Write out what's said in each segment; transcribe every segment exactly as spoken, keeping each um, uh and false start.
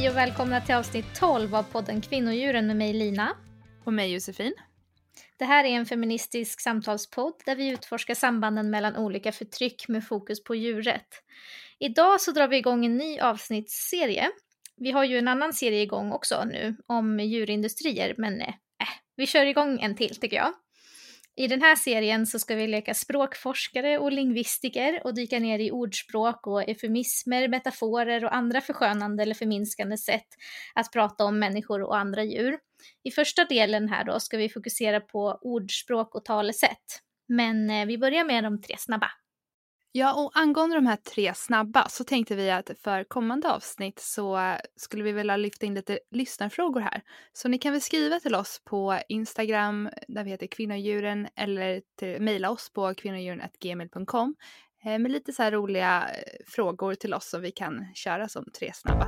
Hej och välkomna till avsnitt tolv av podden Kvinnodjuren med mig Lina. Och mig Josefin. Det här är en feministisk samtalspodd där vi utforskar sambanden mellan olika förtryck med fokus på djurrätt. Idag så drar vi igång en ny avsnittsserie. Vi har ju en annan serie igång också nu om djurindustrier, men äh, vi kör igång en till tycker jag. I den här serien så ska vi leka språkforskare och lingvistiker och dyka ner i ordspråk och eufemismer, metaforer och andra förskönande eller förminskande sätt att prata om människor och andra djur. I första delen här då ska vi fokusera på ordspråk och talesätt. Men eh, vi börjar med de tre snabba. Ja, och angående de här tre snabba så tänkte vi att för kommande avsnitt så skulle vi vilja lyfta in lite lyssnarfrågor här. Så ni kan väl skriva till oss på Instagram där vi heter Kvinnodjuren eller till, mejla oss på kvinnodjuren at gmail punkt com eh, med lite så här roliga frågor till oss som vi kan köra som tre snabba.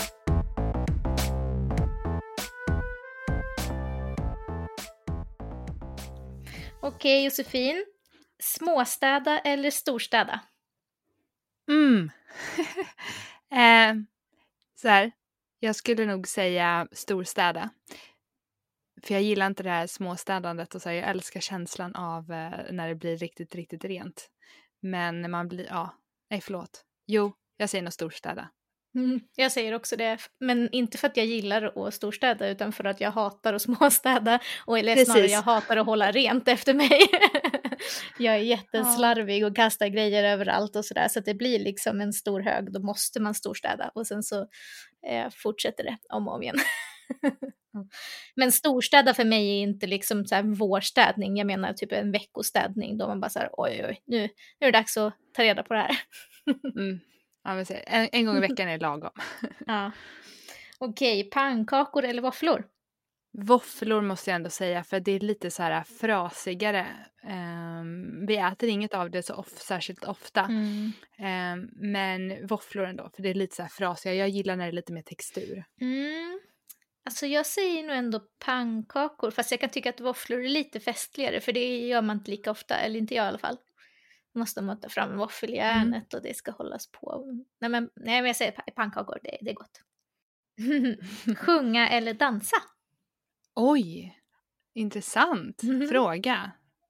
Okej Josefin, småstäda eller storstäda? Mm. eh, så här, jag skulle nog säga storstäda. För jag gillar inte det här småstädandet och så här, jag älskar känslan av eh, när det blir riktigt, riktigt rent. Men när man blir, ja, nej förlåt. Jo, jag säger nog storstäda. Mm, jag säger också det, men inte för att jag gillar att storstäda utan för att jag hatar att småstäda och eller snarare jag hatar att hålla rent efter mig. Jag är jätteslarvig och kastar grejer överallt och sådär så att det blir liksom en stor hög, då måste man storstäda och sen så eh, fortsätter det om och om igen. Mm. Men storstäda för mig är inte liksom så här vårstädning, jag menar typ en veckostädning då man bara så här oj oj, nu, nu är det dags att ta reda på det här. Mm. Ja, men en, en gång i veckan är det lagom. Ja. Okej, pannkakor eller våfflor? Våfflor måste jag ändå säga för det är lite så här frasigare. Um, vi äter inget av det så of, särskilt ofta. Mm. Um, men våfflor ändå för det är lite så här frasigare. Jag gillar när det är lite mer textur. Mm. Alltså jag säger nog ändå pannkakor fast jag kan tycka att våfflor är lite festligare för det gör man inte lika ofta, eller inte jag i alla fall. Måste man ta fram våffeljärnet mm. och det ska hållas på. Nej men, nej, men jag säger pannkakor, det, det är gott. Sjunga eller dansa? Oj, intressant mm. fråga.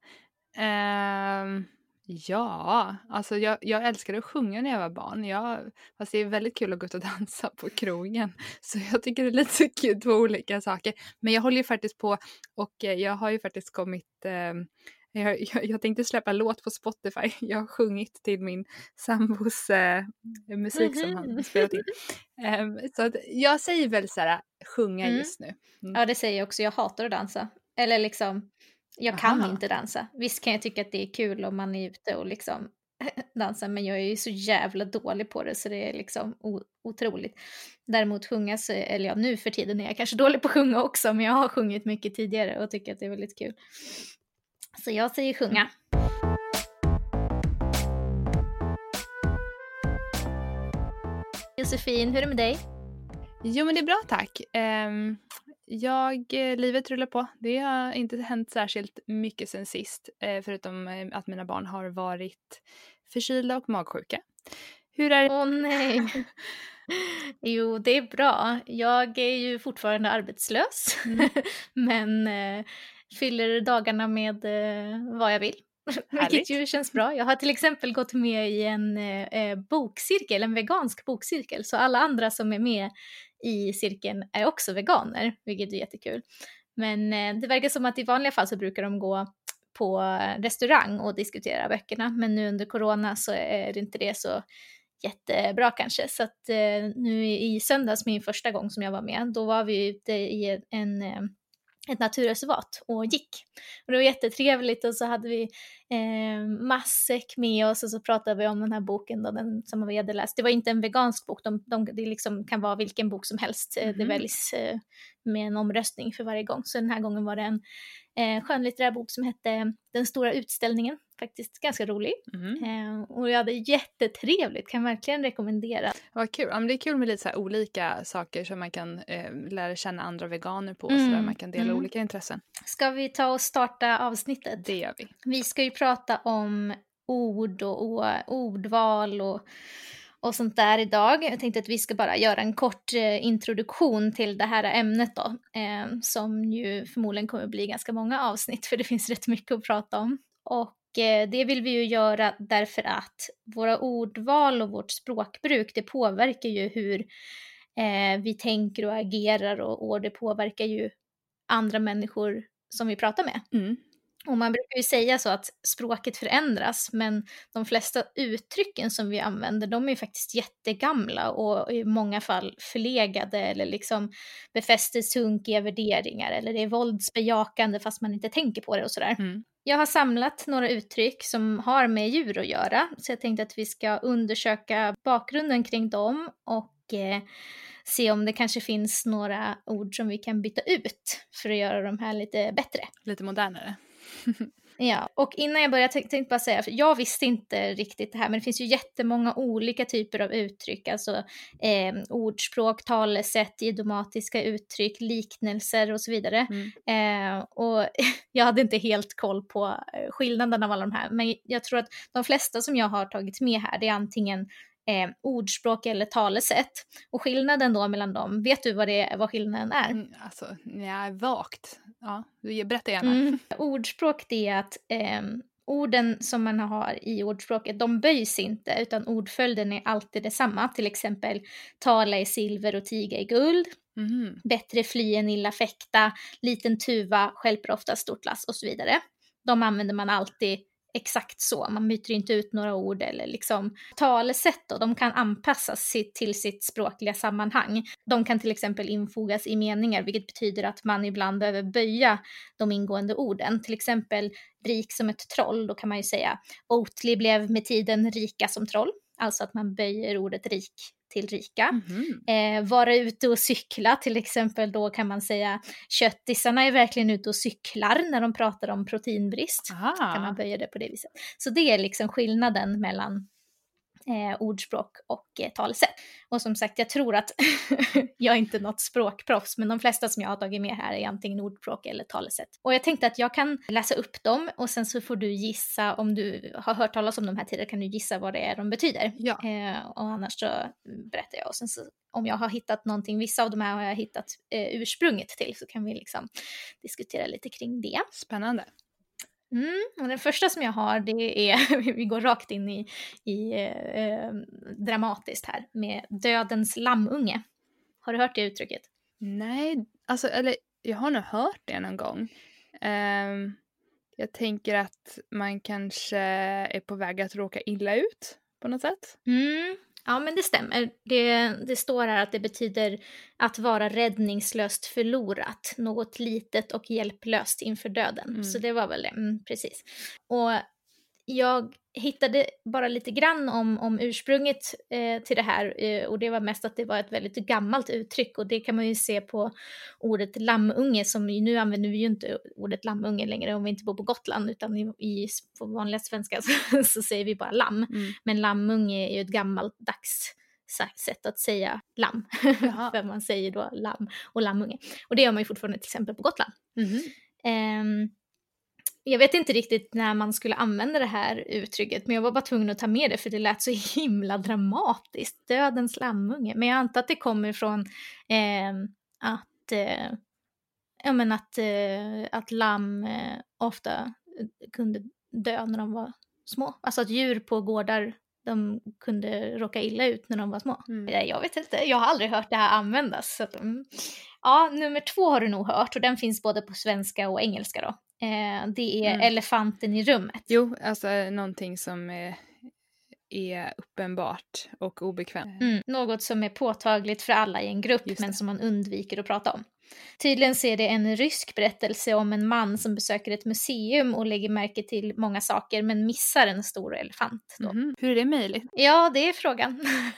Uh, ja, alltså jag, jag älskade att sjunga när jag var barn. Jag, fast det är väldigt kul att gå ut och dansa på krogen. Så jag tycker det är lite kul, två olika saker. Men jag håller ju faktiskt på och jag har ju faktiskt kommit... Uh, Jag, jag, jag tänkte släppa en låt på Spotify. Jag har sjungit till min sambos eh, musik mm-hmm. som han spelat in. Um, så att jag säger väl så här, sjunga mm. just nu. Mm. Ja, det säger jag också. Jag hatar att dansa. Eller liksom, jag kan Aha. inte dansa. Visst kan jag tycka att det är kul om man är ute och liksom dansar. Men jag är ju så jävla dålig på det så det är liksom o- otroligt. Däremot sjunga, så, eller ja, nu för tiden är jag kanske dålig på att sjunga också. Men jag har sjungit mycket tidigare och tycker att det är väldigt kul. Så jag säger sjunga. Josefin, hur är det med dig? Jo men det är bra tack. Um, jag, livet rullar på. Det har inte hänt särskilt mycket sen sist. Uh, förutom att mina barn har varit förkylda och magsjuka. Hur är det? Åh nej. Jo, det är bra. Jag är ju fortfarande arbetslös. Mm. men... Uh, fyller dagarna med eh, vad jag vill. Vilket ju känns bra. Jag har till exempel gått med i en eh, bokcirkel, en vegansk bokcirkel. Så alla andra som är med i cirkeln är också veganer, vilket är jättekul. Men eh, det verkar som att i vanliga fall så brukar de gå på restaurang och diskutera böckerna. Men nu under corona så är det inte det så jättebra kanske. Så att eh, nu i söndags, min första gång som jag var med, då var vi ute i en... Eh, ett naturreservat och gick. Och det var jättetrevligt och så hade vi eh, matsäck med oss och så pratade vi om den här boken då, den som vi hade läst. Det var inte en vegansk bok, de, de, det liksom kan vara vilken bok som helst. Mm-hmm. Det väljs eh, med en omröstning för varje gång. Så den här gången var det en eh, skönlitterär bok som hette Den stora utställningen. Faktiskt ganska rolig. Mm. Eh, och jag hade jättetrevligt, kan verkligen rekommendera. Vad kul, ja, men det är kul med lite så här olika saker som man kan eh, lära känna andra veganer på. Mm. Så där man kan dela mm. olika intressen. Ska vi ta och starta avsnittet? Det gör vi. Vi ska ju prata om ord och, och ordval och, och sånt där idag. Jag tänkte att vi ska bara göra en kort eh, introduktion till det här ämnet då, eh, som ju förmodligen kommer bli ganska många avsnitt, för det finns rätt mycket att prata om. Och eh, det vill vi ju göra därför att våra ordval och vårt språkbruk, det påverkar ju hur eh, vi tänker och agerar, och, och det påverkar ju andra människor som vi pratar med. Mm. Och man brukar ju säga så att språket förändras, men de flesta uttrycken som vi använder, de är ju faktiskt jättegamla och i många fall förlegade, eller liksom befäster sunkiga värderingar, eller det är våldsbejakande fast man inte tänker på det och sådär. Mm. Jag har samlat några uttryck som har med djur att göra, så jag tänkte att vi ska undersöka bakgrunden kring dem och eh, se om det kanske finns några ord som vi kan byta ut för att göra de här lite bättre. Lite modernare. Ja, och innan jag börjar tänkte jag bara säga, för jag visste inte riktigt det här, men det finns ju jättemånga olika typer av uttryck, alltså eh, ordspråk, talesätt, idiomatiska uttryck, liknelser och så vidare. Mm. Eh, och jag hade inte helt koll på skillnaden av alla de här, men jag tror att de flesta som jag har tagit med här, det är antingen Eh, ordspråk eller talesätt. Och skillnaden då mellan dem, vet du vad, det är, vad skillnaden är? Mm, alltså, nej, vagt. Ja, berätta gärna. Mm. Ordspråk, det är att eh, orden som man har i ordspråket, de böjs inte, utan ordföljden är alltid detsamma. Till exempel, tala i silver och tiga i guld. Mm. Bättre fly än illa fäkta. Liten tuva stjälper ofta stort lass och så vidare. De använder man alltid exakt så, man byter inte ut några ord eller liksom talesätt då, de kan anpassas till sitt språkliga sammanhang. De kan till exempel infogas i meningar, vilket betyder att man ibland behöver böja de ingående orden. Till exempel rik som ett troll, då kan man ju säga Oatly blev med tiden rika som troll, alltså att man böjer ordet rik till rika. Mm-hmm. Eh, vara ute och cykla till exempel, då kan man säga köttisarna är verkligen ute och cyklar när de pratar om proteinbrist. Aha. Kan man böja det på det viset. Så det är liksom skillnaden mellan eh, ordspråk och eh, talesätt. Och som sagt, jag tror att jag är inte något språkproffs, men de flesta som jag har tagit med här är antingen ordspråk eller talesätt. Och jag tänkte att jag kan läsa upp dem och sen så får du gissa, om du har hört talas om de här tidigare kan du gissa vad det är de betyder. Ja. Eh, och annars så berättar jag, och sen så om jag har hittat någonting, vissa av de här har jag hittat eh, ursprunget till, så kan vi liksom diskutera lite kring det. Spännande. Mm, och den första som jag har, det är, vi går rakt in i, i eh, dramatiskt här, med dödens lammunge. Har du hört det uttrycket? Nej, alltså, eller jag har nog hört det någon gång. Um, jag tänker att man kanske är på väg att råka illa ut på något sätt. Mm. Ja, men det stämmer. Det, det står här att det betyder att vara räddningslöst förlorat. Något litet och hjälplöst inför döden. Mm. Så det var väl det. Mm, precis. Och jag hittade bara lite grann om, om ursprunget eh, till det här. Eh, och det var mest att det var ett väldigt gammalt uttryck. Och det kan man ju se på ordet lammunge. Som ju, nu använder vi ju inte ordet lammunge längre om vi inte bor på Gotland. Utan i, i på vanliga svenska så, så säger vi bara lamm. Mm. Men lammunge är ju ett gammalt dags sätt att säga lamm. För man säger då lamm och lammunge. Och det gör man ju fortfarande till exempel på Gotland. Mm. Eh, Jag vet inte riktigt när man skulle använda det här uttrycket, men jag var bara tvungen att ta med det för det lät så himla dramatiskt. Dödens lammunge. Men jag antar att det kommer från eh, att, eh, jag menar att, eh, att lamm eh, ofta kunde dö när de var små. Alltså att djur på gårdar, de kunde råka illa ut när de var små. Mm. Jag vet inte, jag har aldrig hört det här användas. Så att, mm. Ja, nummer två har du nog hört och den finns både på svenska och engelska då. Eh, det är mm. elefanten i rummet. Jo, alltså någonting som är, är uppenbart och obekvämt. Mm. Något som är påtagligt för alla i en grupp men som man undviker att prata om. Tydligen så är det en rysk berättelse om en man som besöker ett museum och lägger märke till många saker men missar en stor elefant. Då. Mm. Hur är det möjligt? Ja, det är frågan.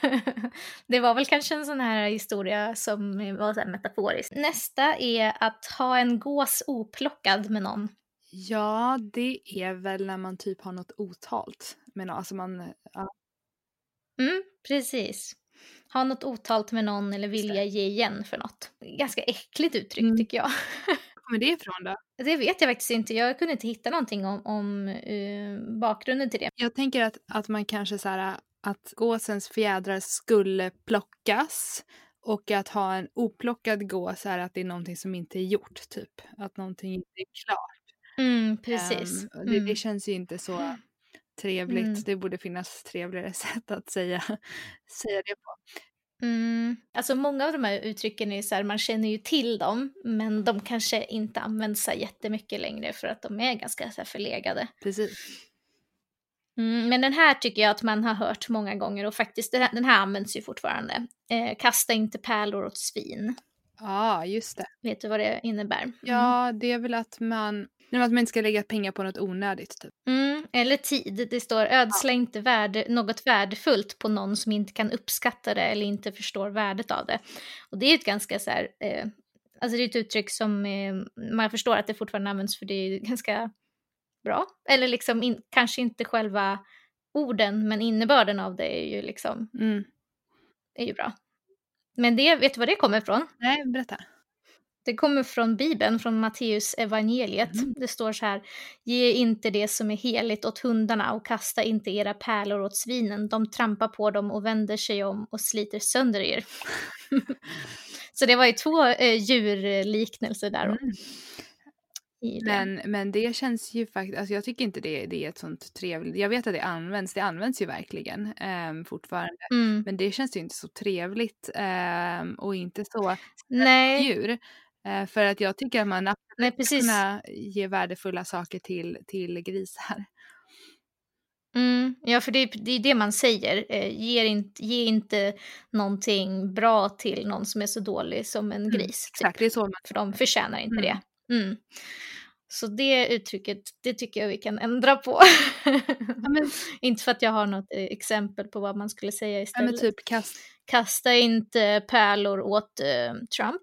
Det var väl kanske en sån här historia som var så här metaforisk. Nästa är att ha en gås oplockad med någon. Ja, det är väl när man typ har något otalt. Men alltså man... Ja. Mm, precis. Ha något otalt med någon eller vilja ge igen för något. Ganska äckligt uttryck mm. tycker jag. Var kommer det ifrån då? Det vet jag faktiskt inte. Jag kunde inte hitta någonting om, om uh, bakgrunden till det. Jag tänker att, att man kanske så här, att gåsens fjädrar skulle plockas. Och att ha en oplockad gås är att det är någonting som inte är gjort, typ. Att någonting inte är klart. Mm, precis. Um, det, Mm. det känns ju inte så trevligt. Mm. Det borde finnas trevligare sätt att säga, säga det på. Mm. Alltså många av de här uttrycken är så här, man känner ju till dem, men de kanske inte används så jättemycket längre för att de är ganska så här förlegade. Precis. Mm, men den här tycker jag att man har hört många gånger och faktiskt den här, den här används ju fortfarande. Eh, kasta inte pärlor åt svin. Ja, ah, just det. Vet du vad det innebär? Mm. Ja, det är väl att man, att man inte ska lägga pengar på något onödigt. Typ. Mm, eller tid. Det står ödsla ja. inte värde, något värdefullt på någon som inte kan uppskatta det eller inte förstår värdet av det. Och det är ett ganska så här, eh, alltså det är ett uttryck som eh, man förstår att det fortfarande används för det är ganska bra. Eller liksom in, kanske inte själva orden, men innebörden av det är ju liksom mm. är ju bra. Men det, vet du vad det kommer ifrån? Nej, berätta. Det kommer från Bibeln, från Matteus evangeliet. Mm. Det står så här: ge inte det som är heligt åt hundarna och kasta inte era pärlor åt svinen. De trampar på dem och vänder sig om och sliter sönder er. Så det var ju två eh, djurliknelser där. Mm. Men, men det känns ju faktiskt, alltså jag tycker inte det, det är ett sånt trevligt, jag vet att det används, det används ju verkligen eh, fortfarande, mm. men det känns ju inte så trevligt eh, och inte så Nej. djur. Eh, för att jag tycker att man absolut ska kunna ge värdefulla saker till, till grisar. Mm, ja, för det, det är det man säger. Eh, ge, inte, ge inte någonting bra till någon som är så dålig som en gris. Mm, exakt, typ. Det är så man... För de förtjänar inte mm. det. Mm. Så det uttrycket, det tycker jag vi kan ändra på. Ja, men... inte för att jag har något exempel på vad man skulle säga istället. Ja, men typ kast... Kasta inte pärlor åt uh, Trump.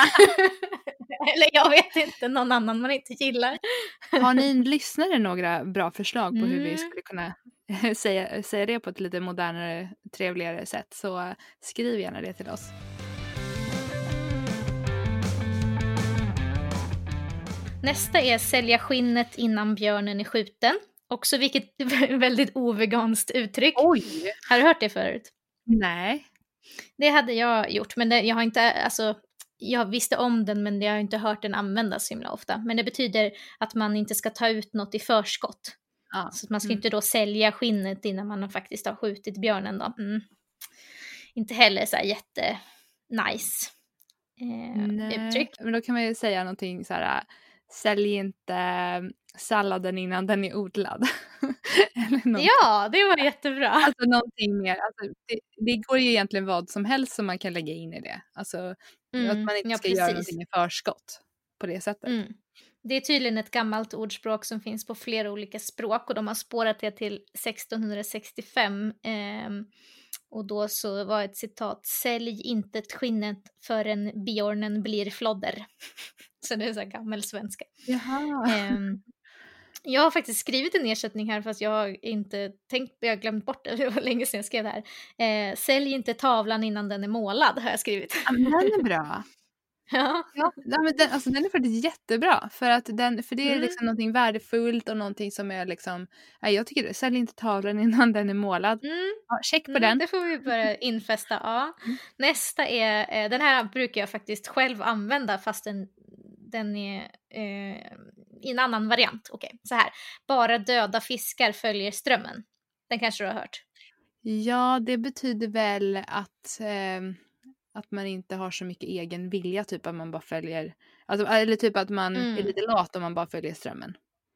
Eller jag vet inte, någon annan man inte gillar. Har ni lyssnare några bra förslag på mm. hur vi skulle kunna säga, säga det på ett lite modernare, trevligare sätt, så skriv gärna det till oss. Nästa är sälja skinnet innan björnen är skjuten. Också vilket väldigt oveganskt uttryck. Oj! Har du hört det förut? Nej. Det hade jag gjort, men det, jag har inte, alltså, jag visste om den, men jag har inte hört den användas så himla ofta. Men det betyder att man inte ska ta ut något i förskott. Ah. Så att man ska mm. inte då sälja skinnet innan man faktiskt har skjutit björnen då. Mm. Inte heller så här jätte nice eh, uttryck. Men då kan man ju säga någonting så här: sälj inte salladen innan den är odlad. Eller ja, det var jättebra. Alltså någonting mer. Alltså, det, det går ju egentligen vad som helst som man kan lägga in i det. Alltså mm, att man inte ja, ska precis. göra någonting i förskott på det sättet. Mm. Det är tydligen ett gammalt ordspråk som finns på flera olika språk och de har spårat det till sextonhundrasextiofem. Eh, och då så var ett citat: sälj inte ett skinnet förrän björnen blir flodder. Så det är så här gammelsvenska. Jaha. Eh, jag har faktiskt skrivit en ersättning här fast jag har inte tänkt, jag har glömt bort det, det var länge sedan jag skrev det här. Eh, sälj inte tavlan innan den är målad, har jag skrivit. Ja, men den är bra. Ja. Ja, men den, alltså, den är faktiskt jättebra för att den, för det är mm. liksom någonting värdefullt och någonting som är liksom, nej, jag tycker det, sälj inte tavlan innan den är målad. Mm. Ja, check på mm, den. Det får vi börja infästa. Ja. Mm. Nästa är, den här brukar jag faktiskt själv använda fast den, den är eh, i en annan variant. Okej, okay, så här. Bara döda fiskar följer strömmen. Den kanske du har hört. Ja, det betyder väl att eh, att man inte har så mycket egen vilja, typ att man bara följer, alltså, eller typ att man mm. är lite lat om man bara följer strömmen.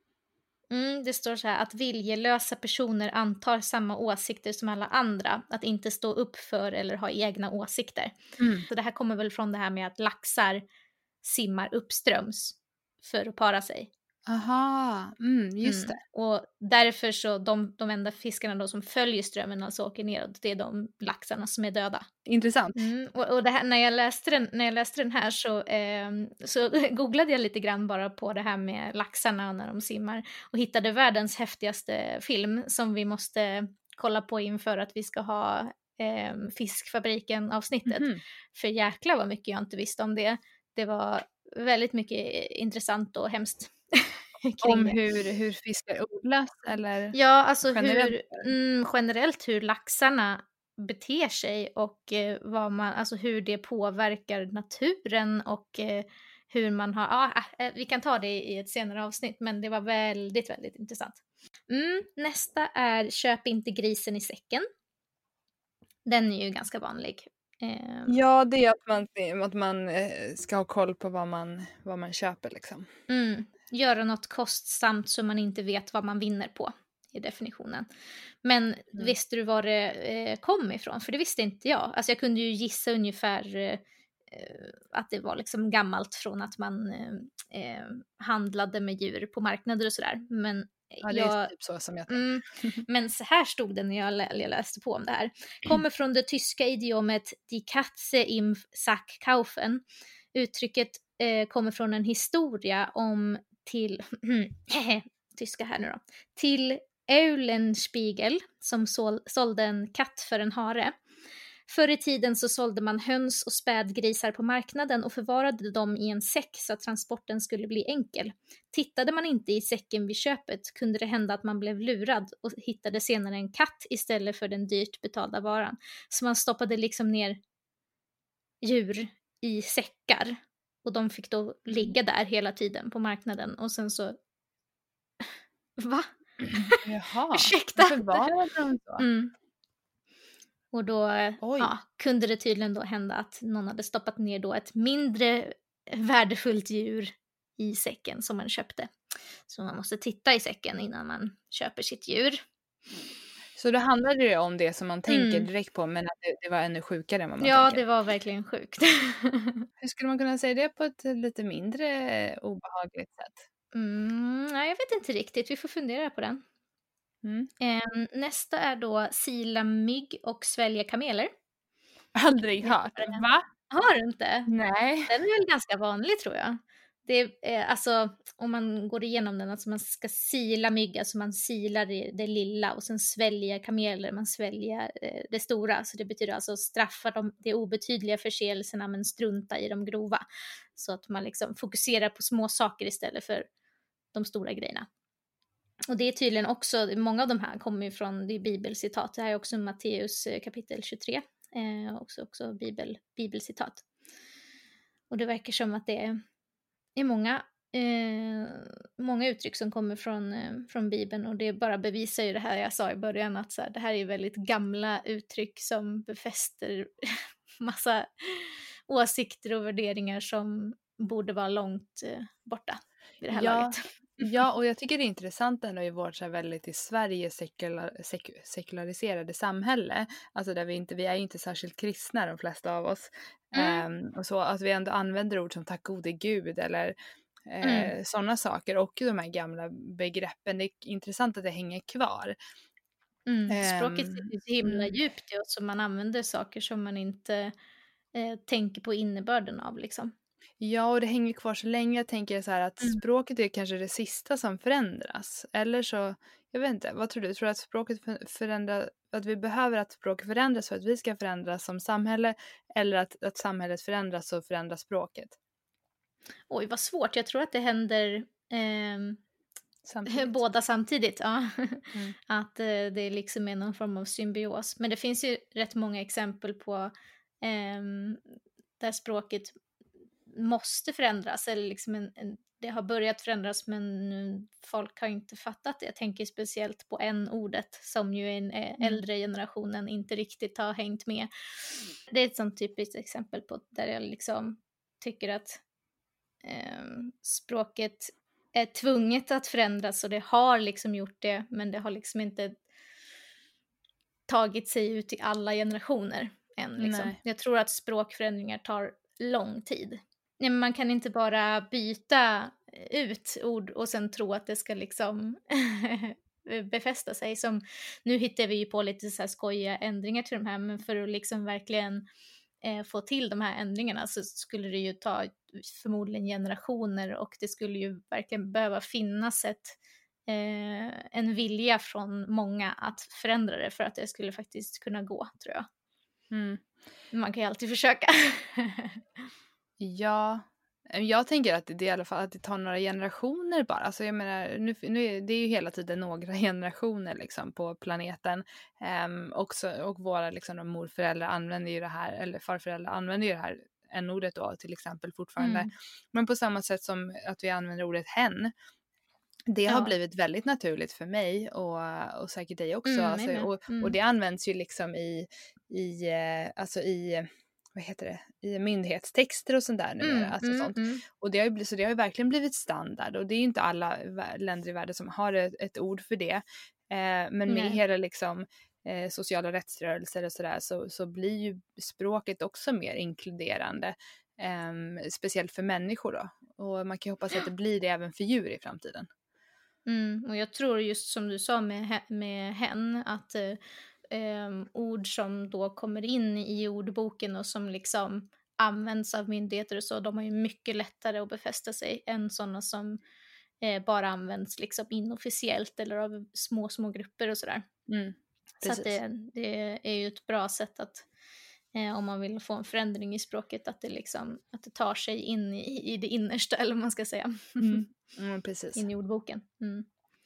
Mm, det står så här: att viljelösa personer antar samma åsikter som alla andra, att inte stå upp för eller ha egna åsikter. Mm. Så det här kommer väl från det här med att laxar simmar uppströms för att para sig. Aha, mm, just mm. det. Och därför så de, de enda fiskarna då som följer strömmen, alltså åker neråt, det är de laxarna som är döda. Intressant. Mm, och och det här, när, jag läste den, när jag läste den här så, eh, så googlade jag lite grann bara på det här med laxarna när de simmar och hittade världens häftigaste film som vi måste kolla på inför att vi ska ha eh, Fiskfabriken-avsnittet. Mm. För jäkla vad mycket jag inte visste om det. Det var väldigt mycket intressant och hemskt. kring Om det. hur, hur fiskar odlas eller Ja, alltså generellt? hur, mm, generellt hur laxarna beter sig och eh, vad man, alltså hur det påverkar naturen och eh, hur man har, ja, äh, vi kan ta det i ett senare avsnitt, men det var väldigt, väldigt intressant. Mm, nästa är köp inte grisen i säcken. Den är ju ganska vanlig. Eh, Ja, det är att man, att man eh, ska ha koll på vad man, vad man köper liksom. mm, göra något kostsamt så man inte vet vad man vinner på, i definitionen. Men Mm. visste du var det eh, kom ifrån? För det visste inte jag. Alltså jag kunde ju gissa ungefär eh, att det var liksom gammalt från att man eh, eh, handlade med djur på marknader och sådär. Men Ja, det är jag... typ så som jag Mm, tänker. men så här stod det när jag, lä- jag läste på om det här. Kommer från det tyska idiomet die Katze im Sack kaufen. Uttrycket eh, kommer från en historia om till, tyska här nu då, till Eulenspiegel som sål, sålde en katt för en hare. Förr i tiden så sålde man höns och spädgrisar på marknaden och förvarade dem i en säck så att transporten skulle bli enkel. Tittade man inte i säcken vid köpet kunde det hända att man blev lurad och hittade senare en katt istället för den dyrt betalda varan. Så man stoppade liksom ner djur i säckar och de fick då ligga där hela tiden på marknaden och sen så... Va? Jaha, Ursäkta. varför var de så? Mm. Och då Oj. ja, kunde det tydligen då hända att någon hade stoppat ner då ett mindre värdefullt djur i säcken som man köpte. Så man måste titta i säcken innan man köper sitt djur. Så då handlade det om det som man tänker Mm. direkt på, men att det, det var ännu sjukare än vad man Ja, tänker. det var verkligen sjukt. Hur skulle man kunna säga det på ett lite mindre obehagligt sätt? Mm, nej, jag vet inte riktigt. Vi får fundera på den. Mm. Eh, nästa är då sila mygg och svälja kameler. Aldrig hört. Va? Har du inte? Nej. Den är väl ganska vanlig tror jag. Det är, eh, alltså, om man går igenom den, alltså man ska sila mygg, alltså man silar det, det lilla och sen svälja kameler, man sväljer eh, det stora. Så det betyder alltså straffa de, de obetydliga förseelserna men strunta i de grova. Så att man liksom fokuserar på små saker istället för de stora grejerna. Och det är tydligen också, många av de här kommer ju från, det är bibelcitat. Det här är också Matteus eh, kapitel tjugotre. Eh, också också bibel, bibelcitat. Och det verkar som att det är, är många, eh, många uttryck som kommer från, eh, från Bibeln. Och det bara bevisar ju det här jag sa i början. Att så här, det här är väldigt gamla uttryck som befäster massa åsikter och värderingar som borde vara långt eh, borta vid det här Ja. laget. Ja, och jag tycker det är intressant ändå i vårt så här väldigt i Sverige sekular, sek, sekulariserade samhälle. Alltså där vi inte, vi är inte särskilt kristna de flesta av oss. Mm. Um, och så att vi ändå använder ord som tack gode gud eller eh, Mm. sådana saker. Och de här gamla begreppen, det är intressant att det hänger kvar. Mm. Språket Um, sitter så himla mm. djupt i oss så man använder saker som man inte eh, tänker på innebörden av liksom. Ja, och det hänger kvar så länge. Jag tänker så här att Mm. språket är kanske det sista som förändras. Eller så, jag vet inte, vad tror du? Tror du att språket förändras, att vi behöver att språket förändras för att vi ska förändras som samhälle? Eller att, att samhället förändras och förändras språket? Oj, vad svårt. Jag tror att det händer ehm, Samtidigt. båda samtidigt. Ja. Mm. Att eh, det liksom är någon form av symbios. Men det finns ju rätt många exempel på ehm, där språket måste förändras. Eller liksom en, en, det har börjat förändras men nu folk har inte fattat det. Jag tänker speciellt på en-ordet som ju en eh, Mm. äldre generationen inte riktigt har hängt med. Det är ett sånt typiskt exempel på där jag liksom tycker att eh, språket är tvunget att förändras och det har liksom gjort det men det har liksom inte tagit sig ut i alla generationer än. Liksom. Nej. Jag tror att språkförändringar tar lång tid. Nej, men man kan inte bara byta ut ord och sen tro att det ska liksom befästa sig. Som, nu hittar vi ju på lite så här skojiga ändringar till de här, men för att liksom verkligen eh, få till de här ändringarna så skulle det ju ta förmodligen generationer och det skulle ju verkligen behöva finnas ett, eh, en vilja från många att förändra det för att det skulle faktiskt kunna gå, tror jag. Mm. Man kan ju alltid försöka. Ja, Jag tänker att det i alla fall att det tar några generationer bara. Alltså jag menar, nu, nu är det är ju hela tiden några generationer liksom på planeten. Um, också, och våra liksom, morföräldrar använder ju det här, eller farföräldrar använder ju det här n-ordet då till exempel fortfarande. Mm. Men på samma sätt som att vi använder ordet hen. Det ja. har blivit väldigt naturligt för mig och, och säkert dig också. Mm, alltså, och, mm. och det används ju liksom i, i alltså i... vad heter det, i myndighetstexter och sånt där numera. Mm, alltså mm, sånt. Mm. Och det har ju blivit, så det har ju verkligen blivit standard. Och det är ju inte alla länder i världen som har ett, ett ord för det. Eh, men med Nej. hela liksom eh, sociala rättsrörelser och sådär så, så blir ju språket också mer inkluderande. Eh, speciellt för människor då. Och man kan ju hoppas att det blir det även för djur i framtiden. Mm, och jag tror just som du sa med, med hen att eh, Um, ord som då kommer in i ordboken och som liksom används av myndigheter och så, de har ju mycket lättare att befästa sig än sådana som eh, bara används liksom inofficiellt eller av små, små grupper och sådär. Mm, så att det, det är ju ett bra sätt att eh, om man vill få en förändring i språket att det liksom, att det tar sig in i, i det innersta, eller vad man ska säga. Mm. Mm, precis. In i ordboken. Mm.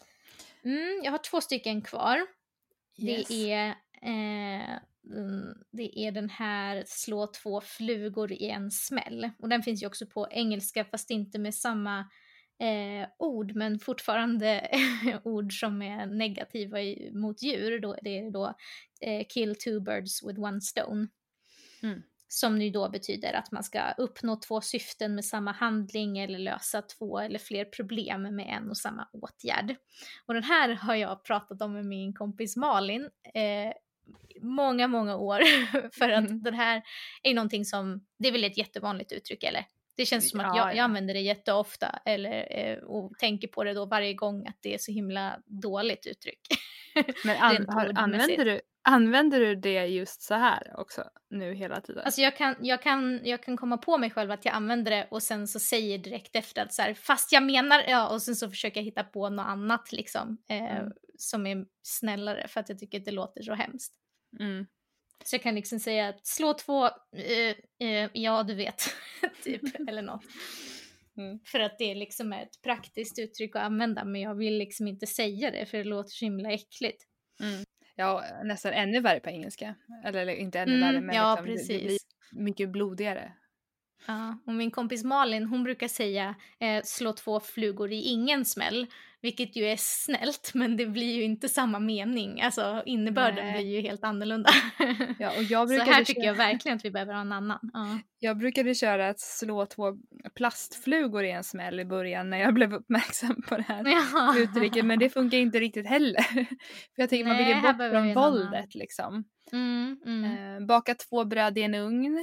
Mm, jag har två stycken kvar. Yes. Det är eh, det är den här slå två flugor i en smäll. Och den finns ju också på engelska fast inte med samma eh, ord men fortfarande ord som är negativa i, mot djur. Då, det är då eh, kill two birds with one stone. Mm. Som nu då betyder att man ska uppnå två syften med samma handling eller lösa två eller fler problem med en och samma åtgärd. Och den här har jag pratat om med min kompis Malin eh, många, många år. För att mm. den här är någonting som, det är väl ett jättevanligt uttryck eller? Det känns som att jag, jag använder det jätteofta eller, eh, och tänker på det då varje gång att det är så himla dåligt uttryck. Men an, har, använder, du, använder du det just så här också nu hela tiden? Alltså jag kan, jag, kan, jag kan komma på mig själv att jag använder det och sen så säger direkt efter att så här, fast jag menar, ja, och sen så försöker jag hitta på något annat liksom eh, mm. som är snällare för att jag tycker att det låter så hemskt. Mm. Så jag kan liksom säga att slå två, uh, uh, ja du vet, typ, eller något. Mm. För att det liksom är ett praktiskt uttryck att använda, men jag vill liksom inte säga det för det låter så himla äckligt. Mm. Ja, nästan ännu värre på engelska. Eller, eller inte ännu mm, värre, men ja, liksom, det, det blir mycket blodigare. Ja, och min kompis Malin, hon brukar säga eh, slå två flugor i ingen smäll, vilket ju är snällt, men det blir ju inte samma mening. Alltså innebörden Nej. blir ju helt annorlunda. Ja, och jag så här tycker köra... jag verkligen att vi behöver ha en annan. Ja. Jag brukade köra att slå två plastflugor i en smäll i början när jag blev uppmärksam på det här ja. uttrycket, men det funkar inte riktigt heller. För jag tänker Nej, man vill ju bort från våldet annan. liksom. Mm, mm. Eh, baka två bröd i en ugn.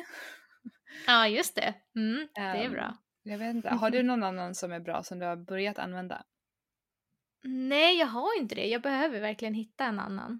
Ja, just det. Mm, det är bra. Um, jag vet inte. Har du någon annan som är bra som du har börjat använda? Nej, jag har inte det. Jag behöver verkligen hitta en annan.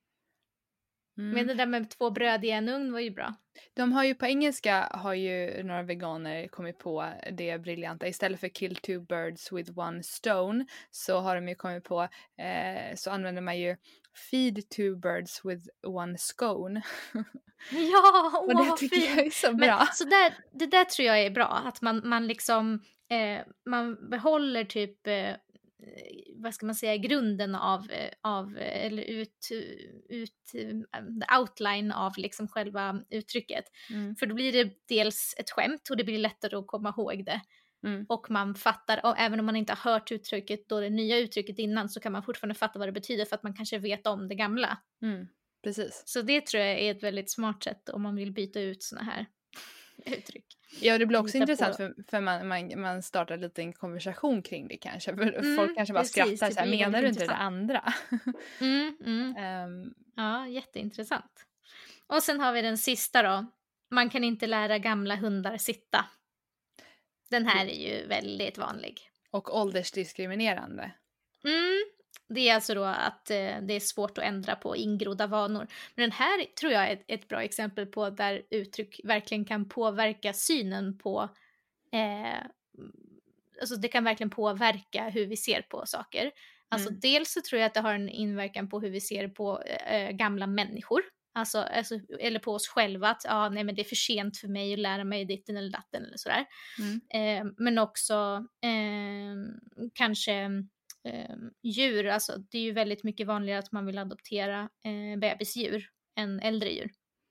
Mm. Men det där med två bröd i en ugn var ju bra. De har ju på engelska har ju några veganer kommit på det briljanta. Istället för kill two birds with one stone så har de ju kommit på eh, så använder man ju feed two birds with one scone. Ja, åh, och det tycker jag är så bra. Men, så där, det där tror jag är bra. Att man, man liksom eh, man behåller typ eh, vad ska man säga, grunden av, av eller ut, ut the outline av liksom själva uttrycket. Mm. För då blir det dels ett skämt och det blir lättare att komma ihåg det. Mm. Och man fattar, och även om man inte har hört uttrycket då det nya uttrycket innan så kan man fortfarande fatta vad det betyder för att man kanske vet om det gamla. Mm. Precis. Så det tror jag är ett väldigt smart sätt om man vill byta ut såna här uttryck. Ja, det blir också intressant för, för man, man, man startar lite en konversation kring det kanske. För mm, folk kanske bara precis, skrattar så här, menar du inte det andra? Mm, mm. um, ja, jätteintressant. Och sen har vi den sista då. Man kan inte lära gamla hundar sitta. Den här är ju väldigt vanlig. Och åldersdiskriminerande. Mm, det är alltså då att eh, det är svårt att ändra på ingrodda vanor. Men den här tror jag är ett, ett bra exempel på där uttryck verkligen kan påverka synen på... Eh, alltså det kan verkligen påverka hur vi ser på saker. Alltså mm. dels så tror jag att det har en inverkan på hur vi ser på eh, gamla människor. Alltså, alltså, eller på oss själva att ah, nej, men det är för sent för mig att lära mig ditten eller datten eller sådär. Mm. Eh, men också eh, kanske eh, djur, alltså det är ju väldigt mycket vanligare att man vill adoptera eh, bebisdjur än äldre djur.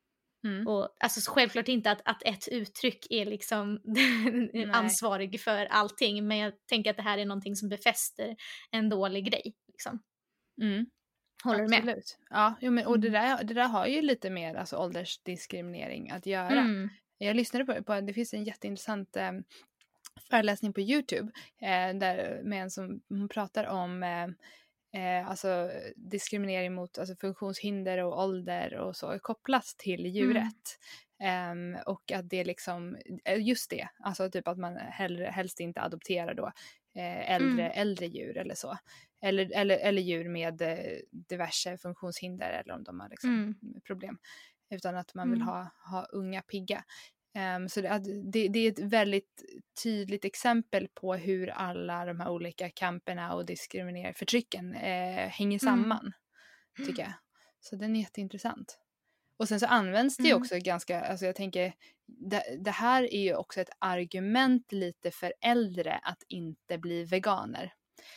Mm. Och alltså självklart inte att, att ett uttryck är liksom ansvarig för allting, men jag tänker att det här är någonting som befäster en dålig grej. Liksom. Mm. Håller Absolut. du med? Ja, jo, men, och det Mm. där, det där har ju lite mer alltså, åldersdiskriminering att göra. Mm. Jag lyssnade på, på det finns en jätteintressant eh, föreläsning på YouTube eh, där, med en som hon pratar om eh, eh, alltså, diskriminering mot alltså, funktionshinder och ålder och så kopplat till djurrätt. Mm. Um, och att det liksom, just det, alltså typ att man hellre, helst inte adopterar då eh, äldre, mm. äldre djur eller så. Eller, eller, eller djur med eh, diverse funktionshinder eller om de har liksom mm. problem. Utan att man vill mm. ha, ha unga pigga. Um, så det, det, det är ett väldigt tydligt exempel på hur alla de här olika kamperna och diskriminering, förtrycken eh, hänger samman, mm. tycker jag. Så den är jätteintressant. Och sen så används det mm. också ganska, alltså jag tänker, det, det här är ju också ett argument lite för äldre att inte bli veganer.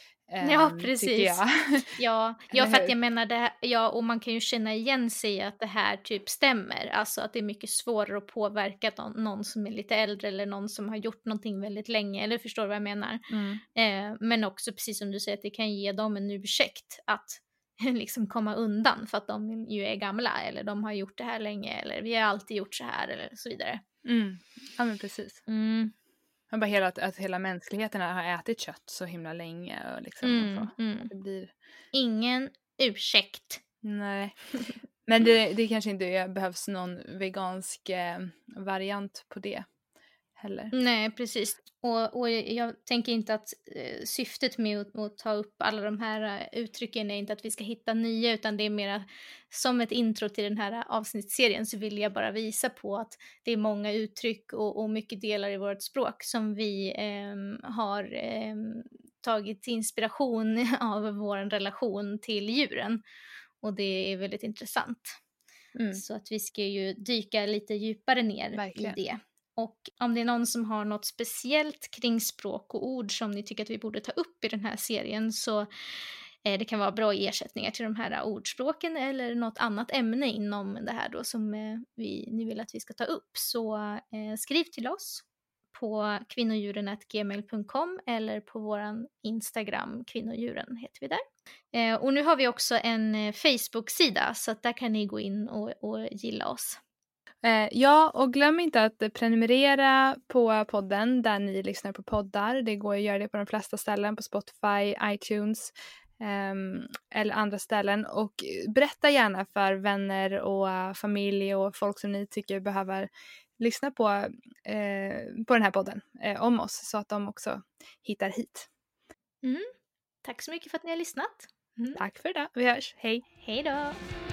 Ja, precis. Ja, ja, för att jag menar det här, ja, och man kan ju känna igen sig att det här typ stämmer. Alltså att det är mycket svårare att påverka någon, någon som är lite äldre eller någon som har gjort någonting väldigt länge. Eller förstår du vad jag menar? Mm. Eh, men också precis som du säger att det kan ge dem en ursäkt att liksom komma undan för att de ju är gamla eller de har gjort det här länge eller vi har alltid gjort så här eller så vidare. Mm. Ja, men precis. Mm. Bara hela, att hela mänskligheten har ätit kött så himla länge. Och liksom, mm, och så. Mm. Det blir... Ingen ursäkt. Nej. Men det, det kanske inte behövs någon vegansk eh, variant på det heller. Nej, precis. Och, och jag tänker inte att eh, syftet med att, att ta upp alla de här uh, uttrycken är inte att vi ska hitta nya, utan det är mer som ett intro till den här avsnittsserien så vill jag bara visa på att det är många uttryck och, och mycket delar i vårt språk som vi eh, har eh, tagit inspiration av vår relation till djuren. Och det är väldigt intressant. Mm. Så att vi ska ju dyka lite djupare ner Verkligen. I det. Och om det är någon som har något speciellt kring språk och ord som ni tycker att vi borde ta upp i den här serien så eh, det kan vara bra ersättningar till de här ordspråken eller något annat ämne inom det här då som eh, vi, ni vill att vi ska ta upp. Så eh, skriv till oss på kvinnodjuren at gmail punkt com eller på våran Instagram, kvinnodjuren heter vi där. Eh, och nu har vi också en eh, Facebook-sida så att där kan ni gå in och, och gilla oss. Eh, ja, och glöm inte att prenumerera på podden där ni lyssnar på poddar. Det går att göra det på de flesta ställen, på Spotify, iTunes eh, eller andra ställen. Och berätta gärna för vänner och familj och folk som ni tycker behöver lyssna på, eh, på den här podden eh, om oss så att de också hittar hit. Mm. Tack så mycket för att ni har lyssnat. Mm. Tack för det. Vi hörs. Hej. Hej då.